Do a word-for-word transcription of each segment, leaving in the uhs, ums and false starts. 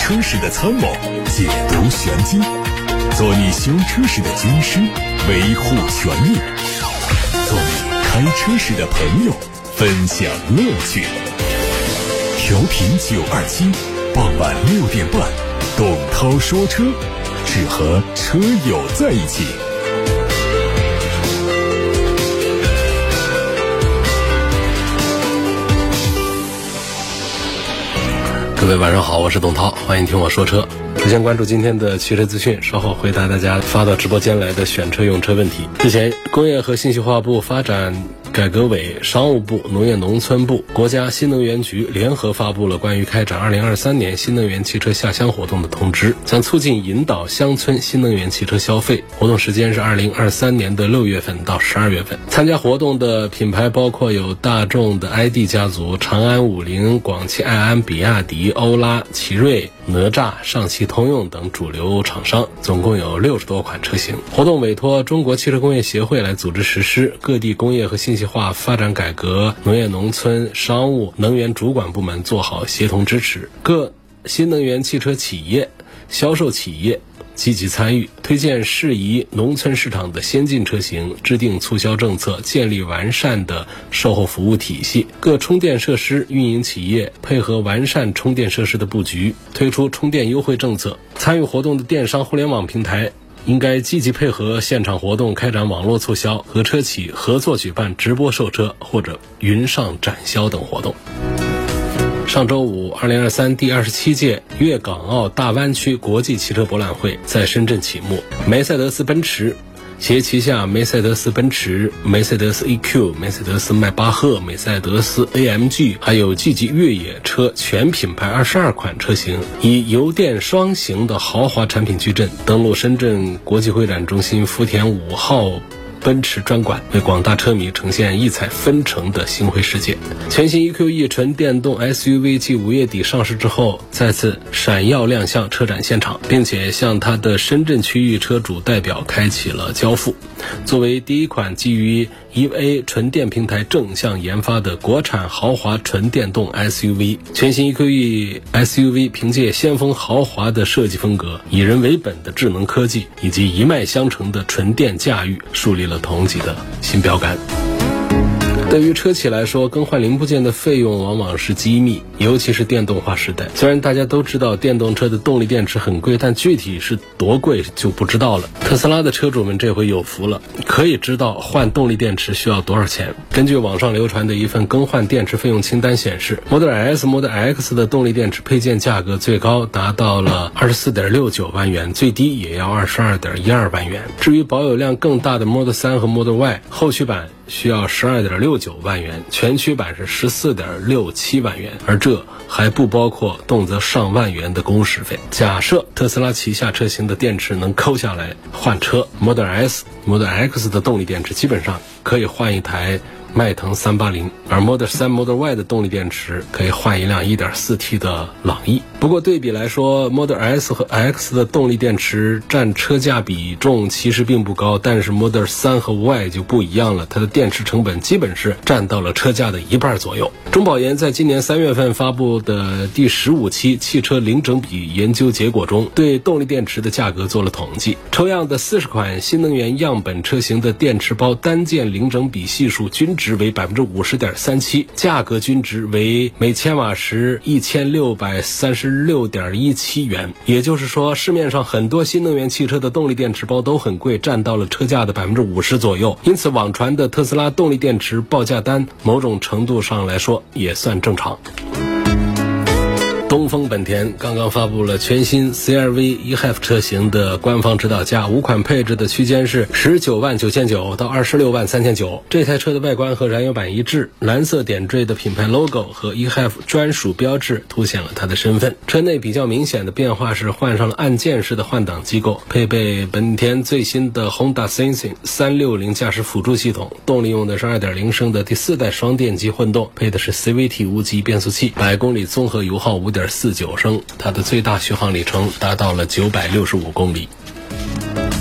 车时的参谋，解读玄机，做你修车时的军师，维护权益，做你开车时的朋友，分享乐趣。调频九二七，傍晚六点半，董涛说车，只和车友在一起。 各位晚上好，我是董涛，欢迎听我说车。首先关注今天的汽车资讯，稍后回答大家发到直播间来的选车用车问题。日前，工业和信息化部、发展改革委、商务部、农业农村部、国家新能源局联合发布了关于开展二零二三年新能源汽车下乡活动的通知，将促进引导乡村新能源汽车消费。活动时间是二零二三年的六月份到十二月份。参加活动的品牌包括有大众的 I D 家族、长安五菱、广汽埃安、比亚迪、欧拉、奇瑞、哪吒、上汽通用等主流厂商，总共有六十多款车型。活动委托中国汽车工业协会来组织实施，各地工业和信息化发展改革、农业农村、商务、能源主管部门做好协同支持，各新能源汽车企业、销售企业积极参与，推荐适宜农村市场的先进车型，制定促销政策，建立完善的售后服务体系。各充电设施运营企业配合完善充电设施的布局，推出充电优惠政策。参与活动的电商互联网平台应该积极配合现场活动，开展网络促销，和车企合作举办直播售车或者云上展销等活动。上周五，二零二三第二十七届粤港澳大湾区国际汽车博览会在深圳启幕。梅赛德斯奔驰携旗下梅赛德斯奔驰、梅赛德斯 E Q、梅赛德斯迈巴赫、梅赛德斯 A M G 还有 G 级越野车全品牌二十二款车型，以油电双行的豪华产品矩阵登陆深圳国际会展中心福田五号奔驰专馆，为广大车迷呈现异彩纷呈的星辉世界。全新 E Q E 纯电动 S U V 继五月底上市之后，再次闪耀亮相车展现场，并且向它的深圳区域车主代表开启了交付。作为第一款基于 E V A 纯电平台正向研发的国产豪华纯电动 S U V， 全新 E Q E S U V 凭借先锋豪华的设计风格、以人为本的智能科技以及一脉相承的纯电驾驭，树立了同级的新标杆。对于车企来说，更换零部件的费用往往是机密，尤其是电动化时代。虽然大家都知道电动车的动力电池很贵，但具体是多贵就不知道了。特斯拉的车主们这回有福了，可以知道换动力电池需要多少钱。根据网上流传的一份更换电池费用清单显示， Model S、Model X 的动力电池配件价格最高达到了 二十四点六九万元，最低也要 二十二点一二万元。至于保有量更大的 Model 三和 Model Y 后驱版需要 十二点六九万元，全驱版是 十四点六七万元，而这还不包括动辄上万元的工时费。假设特斯拉旗下车型的电池能抠下来换车， Model S、Model X 的动力电池基本上可以换一台迈腾三八零，而 Model 三、Model Y 的动力电池可以换一辆 一点四 T 的朗逸。不过对比来说， Model S 和 X 的动力电池占车价比重其实并不高，但是 Model 三和 Y 就不一样了，它的电池成本基本是占到了车价的一半左右。中保研在今年三月份发布的第十五期汽车零整比研究结果中，对动力电池的价格做了统计，抽样的四十款新能源样本车型的电池包单件零整比系数均值为 百分之五十点三七， 价格均值为每千瓦时一千六百三十六点一七元。也就是说，市面上很多新能源汽车的动力电池包都很贵，占到了车价的 百分之五十 左右。因此网传的特斯拉动力电池报价单某种程度上来说也算正常。东风本田刚刚发布了全新 C R V E H E V 车型的官方指导价，五款配置的区间是十九万九千九到二十六万三千九。这台车的外观和燃油版一致，蓝色点缀的品牌 logo 和 E H E V 专属标志凸显了它的身份。车内比较明显的变化是换上了按键式的换挡机构，配备本田最新的 Honda Sensing 三六零驾驶辅助系统，动力用的是 二点零升的第四代双电机混动，配的是 C V T 无级变速器，百公里综合油耗 五点四九升，它的最大续航里程达到了九百六十五公里。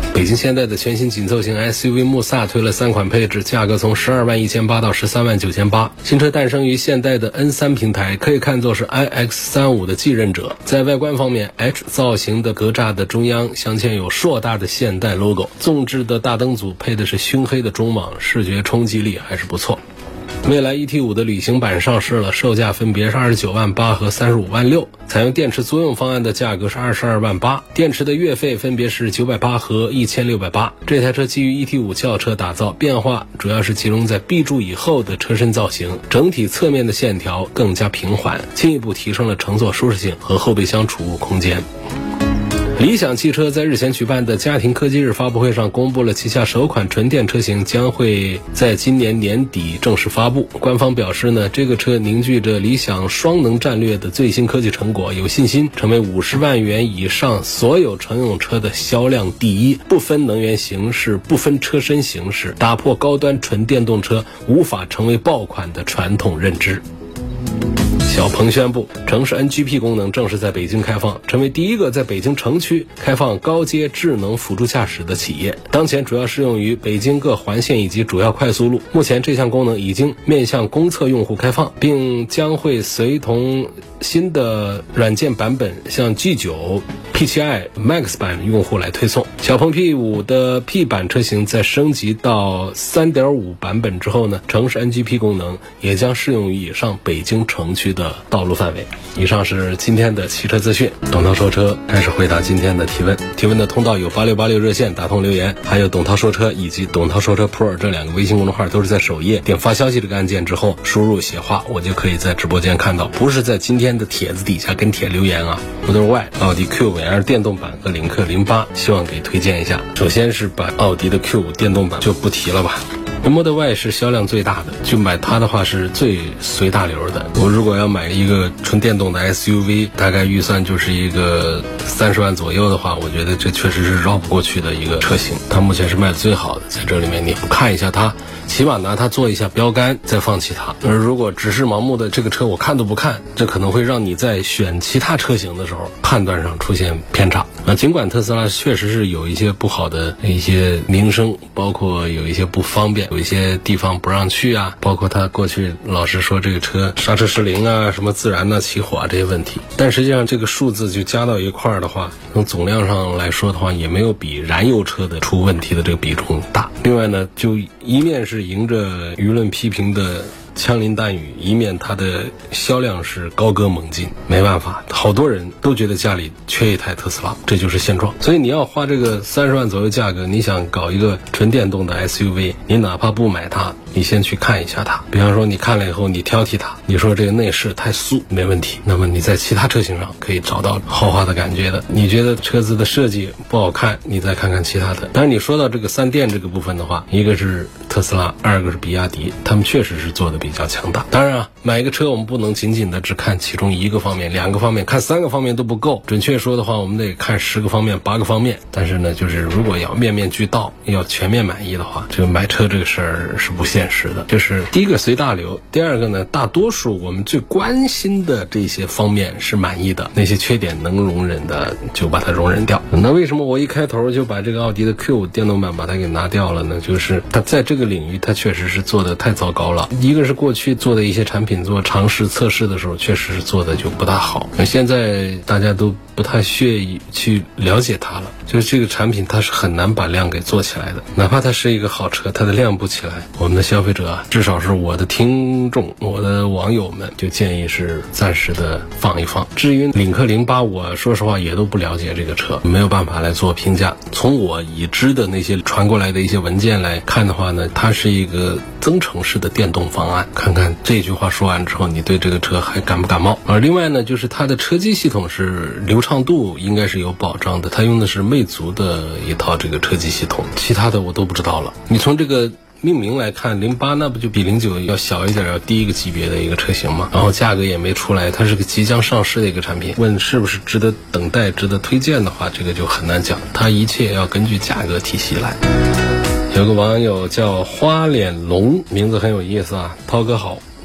北京现代的全新紧凑型 S U V 穆萨推了三款配置，价格从十二万一千八到十三万九千八。新车诞生于现代的 N 三 平台，可以看作是 I X 三十五 的继任者。在外观方面 ，H 造型的格栅的中央镶嵌有硕大的现代 logo， 纵置的大灯组配的是熏黑的中网，视觉冲击力还是不错。蔚来 E T 五 的旅行版上市了，售价分别是二十九万八和三十五万六，采用电池租用方案的价格是二十二万八，电池的月费分别是九百八和一千六百八。这台车基于 E T 五 轿车打造，变化主要是集中在 B 柱以后的车身造型，整体侧面的线条更加平缓，进一步提升了乘坐舒适性和后备箱储物空间。理想汽车在日前举办的家庭科技日发布会上公布了旗下首款纯电车型将会在今年年底正式发布。官方表示呢，这个车凝聚着理想双能战略的最新科技成果，有信心成为五十万元以上所有乘用车的销量第一，不分能源形式，不分车身形式，打破高端纯电动车无法成为爆款的传统认知。小鹏宣布，城市 N G P 功能正式在北京开放，成为第一个在北京城区开放高阶智能辅助驾驶的企业。当前主要适用于北京各环线以及主要快速路。目前这项功能已经面向公测用户开放，并将会随同新的软件版本向 G 九、P 七 i Max 版用户来推送。小鹏 P 五 的 P 版车型在升级到 三点五 版本之后呢，城市 N G P 功能也将适用于以上北京城区的道路范围。以上是今天的汽车资讯，董涛说车开始回答今天的提问。提问的通道有八六八六热线打通留言，还有董涛说车以及董涛说车 Pro 这两个微信公众号都是在首页，点发消息这个按键之后输入写话，我就可以在直播间看到，不是在今天的帖子底下跟帖留言啊。我都是 Y 奥迪 Q 五 L 电动版和领克零八，希望给推荐一下。首先是把奥迪的 Q 五 电动版就不提了吧。Model Y 是销量最大的，就买它的话是最随大流的。我如果要买一个纯电动的 S U V， 大概预算就是一个三十万左右的话，我觉得这确实是绕不过去的一个车型。它目前是卖的最好的，在这里面你不看一下它，起码拿它做一下标杆，再放弃它。而如果只是盲目的这个车我看都不看，这可能会让你在选其他车型的时候判断上出现偏差。啊，尽管特斯拉确实是有一些不好的一些名声，包括有一些不方便，有一些地方不让去啊，包括他过去老是说这个车刹车失灵啊，什么自燃啊、起火啊这些问题，但实际上这个数字就加到一块儿的话，从总量上来说的话，也没有比燃油车的出问题的这个比重大。另外呢，就一面是迎着舆论批评的枪林弹雨，一面它的销量是高歌猛进，没办法，好多人都觉得家里缺一台特斯拉，这就是现状。所以你要花这个三十万左右价格，你想搞一个纯电动的 S U V， 你哪怕不买它，你先去看一下它。比方说你看了以后，你挑剔它，你说这个内饰太素，没问题，那么你在其他车型上可以找到豪华的感觉的。你觉得车子的设计不好看，你再看看其他的。但是你说到这个三电这个部分的话，一个是特斯拉，二个是比亚迪，他们确实是做的比较强大。当然啊，买一个车我们不能仅仅的只看其中一个方面、两个方面，看三个方面都不够。准确说的话，我们得看十个方面、八个方面。但是呢，就是如果要面面俱到，要全面满意的话，这个买车这个事儿是不现实的。就是第一个随大流，第二个呢，大多数我们最关心的这些方面是满意的，那些缺点能容忍的就把它容忍掉。那为什么我一开头就把这个奥迪的 Q 五 电动版把它给拿掉了呢？就是它在这个领域它确实是做的太糟糕了。一个是过去做的一些产品做尝试测试的时候确实是做的就不大好，现在大家都不太屑于去了解它了，就是这个产品它是很难把量给做起来的，哪怕它是一个好车，它的量不起来，我们的消费者啊，至少是我的听众、我的网友们就建议是暂时的放一放。至于领克零八，我说实话也都不了解这个车，没有办法来做评价。从我已知的那些传过来的一些文件来看的话呢，它是一个增程式的电动方案，看看这句话说完之后你对这个车还感不感冒。而另外呢，就是它的车机系统是流畅度应该是有保障的，它用的是魅族的一套这个车机系统，其他的我都不知道了。你从这个命名来看，零八那不就比零九要小一点，要低一个级别的一个车型吗？然后价格也没出来，它是个即将上市的一个产品，问是不是值得等待、值得推荐的话，这个就很难讲，它一切要根据价格体系来。有个网友叫花脸龙，名字很有意思啊，涛哥好，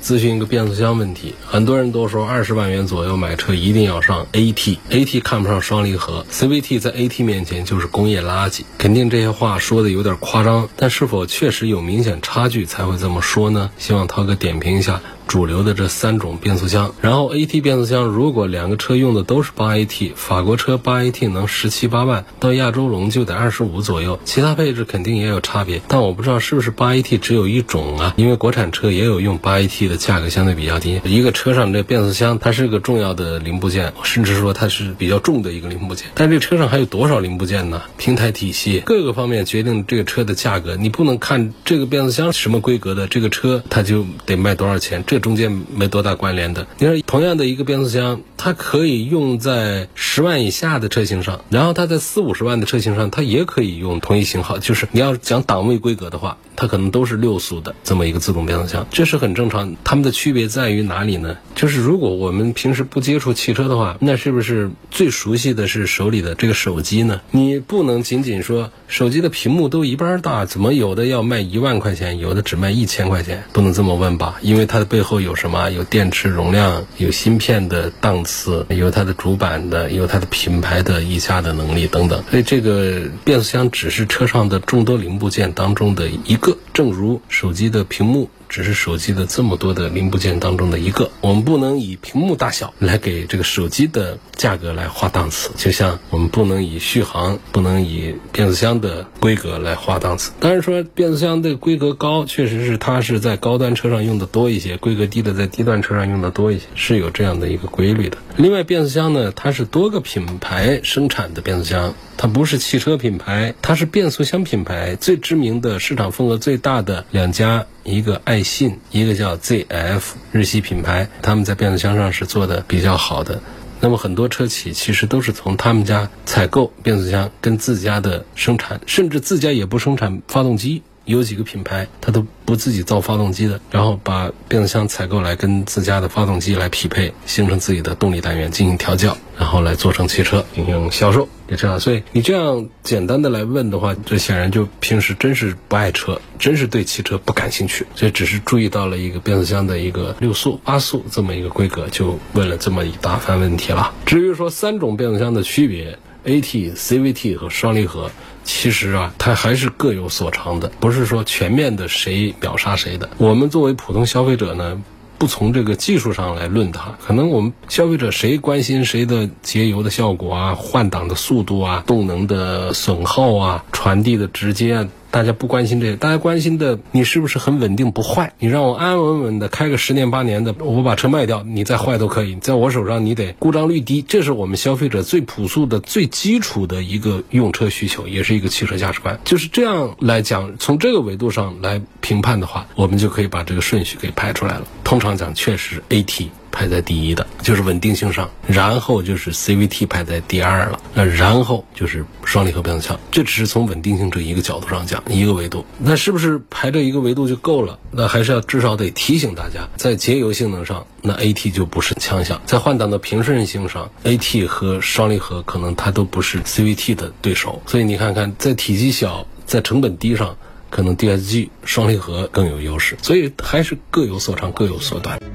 咨询一个变速箱问题。很多人都说二十万元左右买车一定要上 A T，A T 看不上双离合 ，C V T 在 A T 面前就是工业垃圾。肯定这些话说的有点夸张，但是否确实有明显差距才会这么说呢？希望涛哥点评一下主流的这三种变速箱。然后 A T 变速箱如果两个车用的都是八 A T， 法国车八 A T 能十七八万，到亚洲龙就得二十五左右，其他配置肯定也有差别，但我不知道是不是八 A T 只有一种啊？因为国产车也有用八 A T 的，价格相对比较低。一个车上这变速箱它是个重要的零部件，甚至说它是比较重的一个零部件，但这车上还有多少零部件呢？平台体系各个方面决定这个车的价格，你不能看这个变速箱什么规格的，这个车它就得卖多少钱，这中间没多大关联的。你说同样的一个变速箱，它可以用在十万以下的车型上，然后它在四五十万的车型上它也可以用同一型号，就是你要讲档位规格的话，它可能都是六速的这么一个自动变速箱，这是很正常。它们的区别在于哪里呢？就是如果我们平时不接触汽车的话，那是不是最熟悉的是手里的这个手机呢？你不能仅仅说手机的屏幕都一般大，怎么有的要卖一万块钱，有的只卖一千块钱？不能这么问吧，因为它的背后有什么？有电池容量，有芯片的档次，有它的主板的，有它的品牌的溢价的能力等等。所以这个变速箱只是车上的众多零部件当中的一个，正如手机的屏幕只是手机的这么多的零部件当中的一个，我们不能以屏幕大小来给这个手机的价格来划档次，就像我们不能以续航，不能以变速箱的规格来划档次。当然说变速箱的规格高，确实是它是在高端车上用的多一些，规格低的在低端车上用的多一些，是有这样的一个规律的。另外变速箱呢，它是多个品牌生产的变速箱，它不是汽车品牌，它是变速箱品牌最知名的市场份额最大的两家，一个爱信，一个叫 Z F， 日系品牌，他们在变速箱上是做的比较好的。那么很多车企其实都是从他们家采购变速箱跟自家的生产，甚至自家也不生产发动机，有几个品牌它都不自己造发动机的，然后把变速箱采购来跟自家的发动机来匹配，形成自己的动力单元进行调教，然后来做成汽车进行销售，就这样。所以你这样简单的来问的话，这显然就平时真是不爱车，真是对汽车不感兴趣，所以只是注意到了一个变速箱的一个六速八速这么一个规格，就问了这么一大番问题了。至于说三种变速箱的区别， A T、C V T 和双离合，其实啊它还是各有所长的，不是说全面的谁秒杀谁的。我们作为普通消费者呢，不从这个技术上来论它，可能我们消费者谁关心谁的节油的效果啊，换挡的速度啊，动能的损耗啊，传递的直接啊，大家不关心这个，大家关心的你是不是很稳定不坏，你让我安安稳稳的开个十年八年的，我把车卖掉，你再坏都可以，在我手上你得故障率低，这是我们消费者最朴素的最基础的一个用车需求，也是一个汽车价值观。就是这样来讲，从这个维度上来评判的话，我们就可以把这个顺序给排出来了。通常讲确实 A T排在第一的，就是稳定性上，然后就是 C V T 排在第二了，那然后就是双离合变速箱。这只是从稳定性这一个角度上讲，一个维度。那是不是排这一个维度就够了？那还是要至少得提醒大家，在节油性能上，那 A T 就不是强项；在换挡的平顺性上 ，A T 和双离合可能它都不是 C V T 的对手。所以你看看，在体积小、在成本低上，可能 D S G 双离合更有优势。所以还是各有所长，各有所短。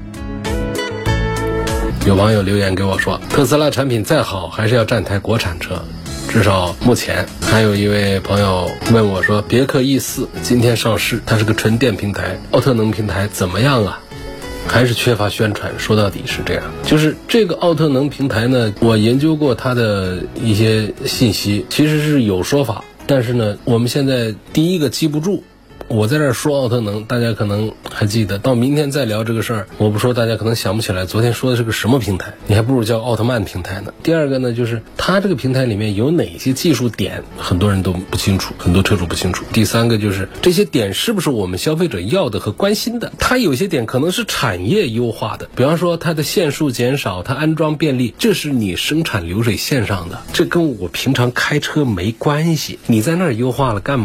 有网友留言给我说，特斯拉产品再好还是要占台国产车，至少目前。还有一位朋友问我说，别克 E 四 今天上市，它是个纯电平台，奥特能平台怎么样啊？还是缺乏宣传，说到底是这样。就是这个奥特能平台呢，我研究过它的一些信息，其实是有说法，但是呢，我们现在第一个记不住。我在这儿说奥特能，大家可能还记得，到明天再聊这个事儿，我不说大家可能想不起来昨天说的是个什么平台，你还不如叫奥特曼平台呢。第二个呢，就是它这个平台里面有哪些技术点，很多人都不清楚，很多车主不清楚。第三个就是这些点是不是我们消费者要的和关心的，它有些点可能是产业优化的，比方说它的线数减少，它安装便利，这是你生产流水线上的，这跟我平常开车没关系，你在那儿优化了干嘛呢？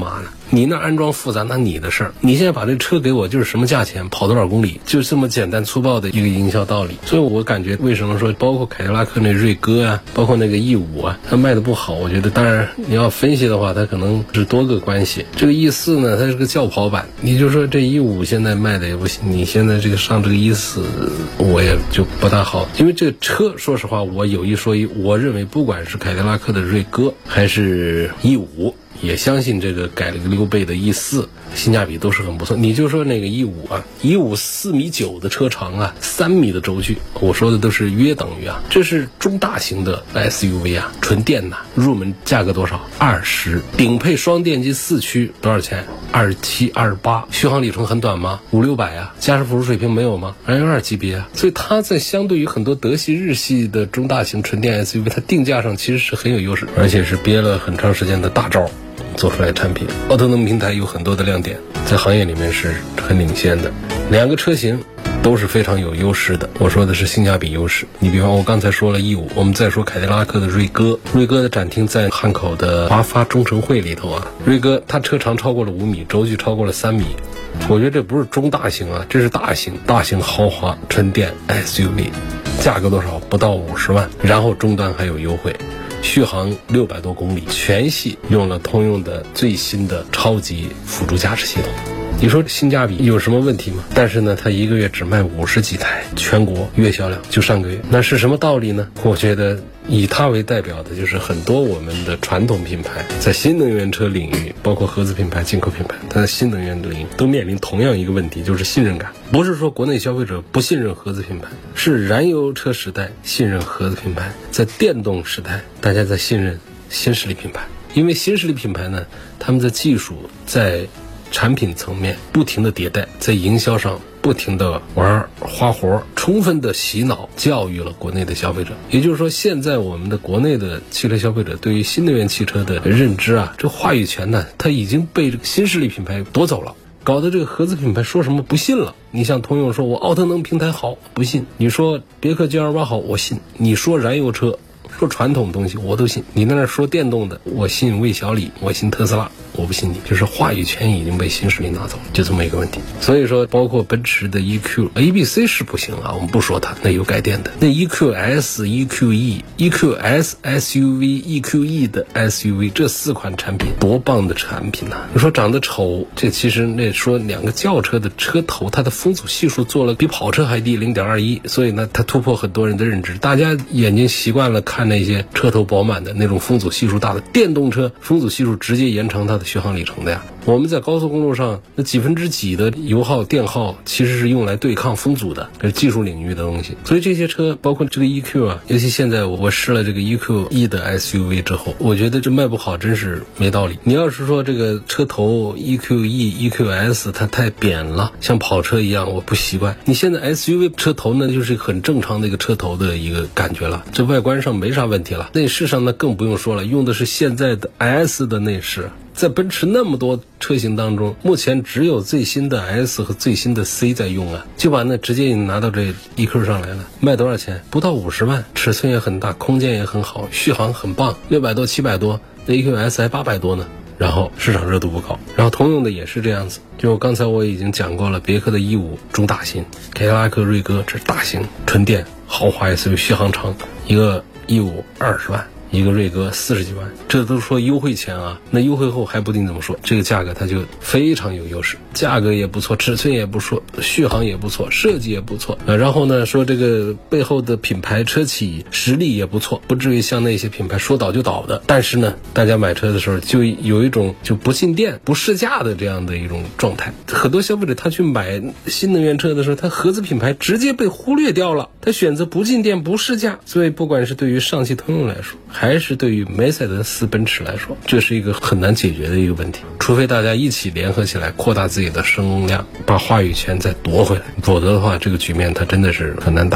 你那安装复杂，那你的事儿。你现在把这车给我，就是什么价钱，跑多少公里，就这么简单粗暴的一个营销道理。所以我感觉为什么说包括凯迪拉克那瑞歌啊，包括那个 E 五啊，它卖的不好，我觉得当然你要分析的话，它可能是多个关系。这个 E 四呢，它是个轿跑版，你就说这 E 五现在卖的也不行，你现在这个上这个 E 四，我也就不大好。因为这个车说实话，我有一说一，我认为不管是凯迪拉克的瑞歌还是 E 五，也相信这个改了个溜背的 E 四，性价比都是很不错。你就说那个 E 五啊 ，E 五四米九的车长啊，三米的轴距，我说的都是约等于啊，这是中大型的 S U V 啊，纯电的，入门价格多少？二十，顶配双电机四驱多少钱？二十七、二十八，续航里程很短吗？五六百啊，驾驶辅助水平没有吗？燃油二级别啊，所以它在相对于很多德系、日系的中大型纯电 S U V， 它定价上其实是很有优势，而且是憋了很长时间的大招做出来的产品。奥特能平台有很多的亮点，在行业里面是很领先的，两个车型都是非常有优势的。我说的是性价比优势。你比方我刚才说了 E 五，我们再说凯迪拉克的瑞歌。瑞歌的展厅在汉口的华发中城会里头啊。瑞歌它车长超过了五米，轴距超过了三米。我觉得这不是中大型啊，这是大型大型豪华纯电 S U V， 价格多少？不到五十万，然后终端还有优惠。续航六百多公里，全系用了通用的最新的超级辅助驾驶系统。你说性价比有什么问题吗？但是呢，它一个月只卖五十几台，全国月销量就上个月，那是什么道理呢？我觉得以它为代表的就是很多我们的传统品牌在新能源车领域，包括合资品牌、进口品牌，它在新能源领域都面临同样一个问题，就是信任感。不是说国内消费者不信任合资品牌，是燃油车时代信任合资品牌，在电动时代大家在信任新势力品牌。因为新势力品牌呢，他们在技术在产品层面不停的迭代，在营销上不停的玩花活，充分的洗脑教育了国内的消费者。也就是说，现在我们的国内的汽车消费者对于新能源汽车的认知啊，这话语权呢，它已经被这个新势力品牌夺走了，搞得这个合资品牌说什么不信了。你像通用说我奥特能平台好，不信；你说别克 G 二八 好，我信；你说燃油车说传统东西我都信，你在那说电动的，我信魏小李，我信特斯拉，我不信你。就是话语权已经被新势力拿走，就这么一个问题。所以说包括奔驰的 E Q、A B C 是不行啊，我们不说它，那有改电的，那 E Q S、E Q E、E Q S S U V、E Q E 的 S U V 这四款产品多棒的产品啊。你说长得丑，这其实那说两个轿车的车头它的风阻系数做了比跑车还低 零点二一， 所以呢它突破很多人的认知。大家眼睛习惯了看那些车头饱满的那种风阻系数大的电动车，风阻系数直接延长它的续航里程的呀。我们在高速公路上那几分之几的油耗电耗其实是用来对抗风阻的，这是技术领域的东西。所以这些车包括这个 E Q 啊，尤其现在我试了这个 E Q E 的 S U V 之后，我觉得这卖不好真是没道理。你要是说这个车头 E Q E、E Q S 它太扁了，像跑车一样，我不习惯。你现在 S U V 车头呢，就是很正常的一个车头的一个感觉了，这外观上没啥问题了。内饰上呢更不用说了，用的是现在的 S 的内饰。在奔驰那么多车型当中，目前只有最新的 S 和最新的 C 在用啊，就把那直接拿到这 E Q 上来了。卖多少钱？不到五十万，尺寸也很大，空间也很好，续航很棒，六百多七百多，那 E Q S 还八百多呢。然后市场热度不高，然后通用的也是这样子。就刚才我已经讲过了，别克的 E 五中大型，凯迪拉克瑞歌这是大型纯电豪华 S U V， 续航长，一个 E 五二十万，一个瑞歌四十几万，这都说优惠前啊，那优惠后还不定怎么说，这个价格它就非常有优势，价格也不错，尺寸也不错，续航也不错，设计也不错，呃，然后呢说这个背后的品牌车企实力也不错，不至于像那些品牌说倒就倒的。但是呢，大家买车的时候就有一种就不进店不试驾的这样的一种状态。很多消费者他去买新能源车的时候，他合资品牌直接被忽略掉了，他选择不进店不试驾。所以不管是对于上汽通用来说，还是对于梅赛德斯奔驰来说，这是一个很难解决的一个问题，除非大家一起联合起来扩大自己的声量，把话语权再夺回来，否则的话这个局面它真的是很难打破。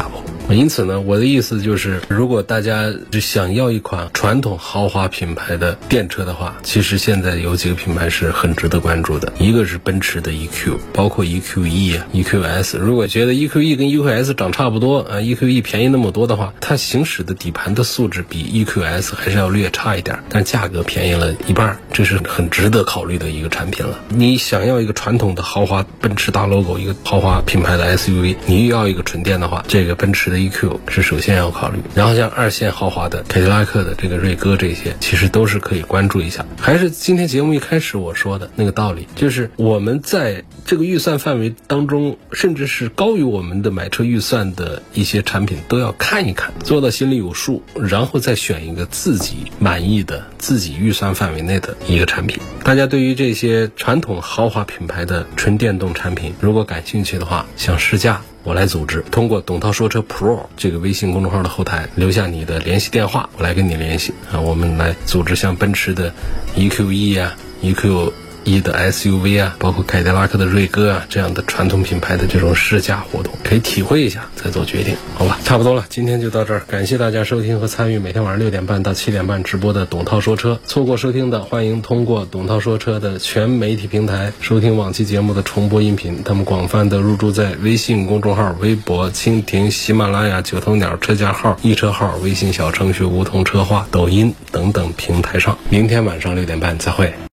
因此呢，我的意思就是，如果大家想要一款传统豪华品牌的电车的话，其实现在有几个品牌是很值得关注的。一个是奔驰的 E Q， 包括 E Q E 啊 E Q S。如果觉得 E Q E 跟 E Q S 长差不多啊 ，E Q E 便宜那么多的话，它行驶的底盘的素质比 E Q S 还是要略差一点，但价格便宜了一半，这是很值得考虑的一个产品了。你想要一个传统的豪华奔驰大 logo， 一个豪华品牌的 S U V， 你又要一个纯电的话，这个奔驰的 E Q 是首先要考虑。然后像二线豪华的凯迪拉克的这个锐歌，这些其实都是可以关注一下。还是今天节目一开始我说的那个道理，就是我们在这个预算范围当中，甚至是高于我们的买车预算的一些产品都要看一看，做到心里有数，然后再选一个自己满意的、自己预算范围内的一个产品。大家对于这些传统豪华品牌的纯电动产品如果感兴趣的话，想试驾，我来组织，通过董涛说车 Pro 这个微信公众号的后台留下你的联系电话，我来跟你联系啊，我们来组织像奔驰的 E Q E 啊 E Q E 的 S U V 啊，包括凯迪拉克的锐歌啊，这样的传统品牌的这种试驾活动，可以体会一下再做决定，好吧？差不多了，今天就到这儿，感谢大家收听和参与每天晚上六点半到七点半直播的董涛说车。错过收听的，欢迎通过董涛说车的全媒体平台收听往期节目的重播音频，他们广泛的入驻在微信公众号、微博、蜻蜓、喜马拉雅、九头鸟车架号、易车号、微信小程序梧桐车话、抖音等等平台上。明天晚上六点半再会。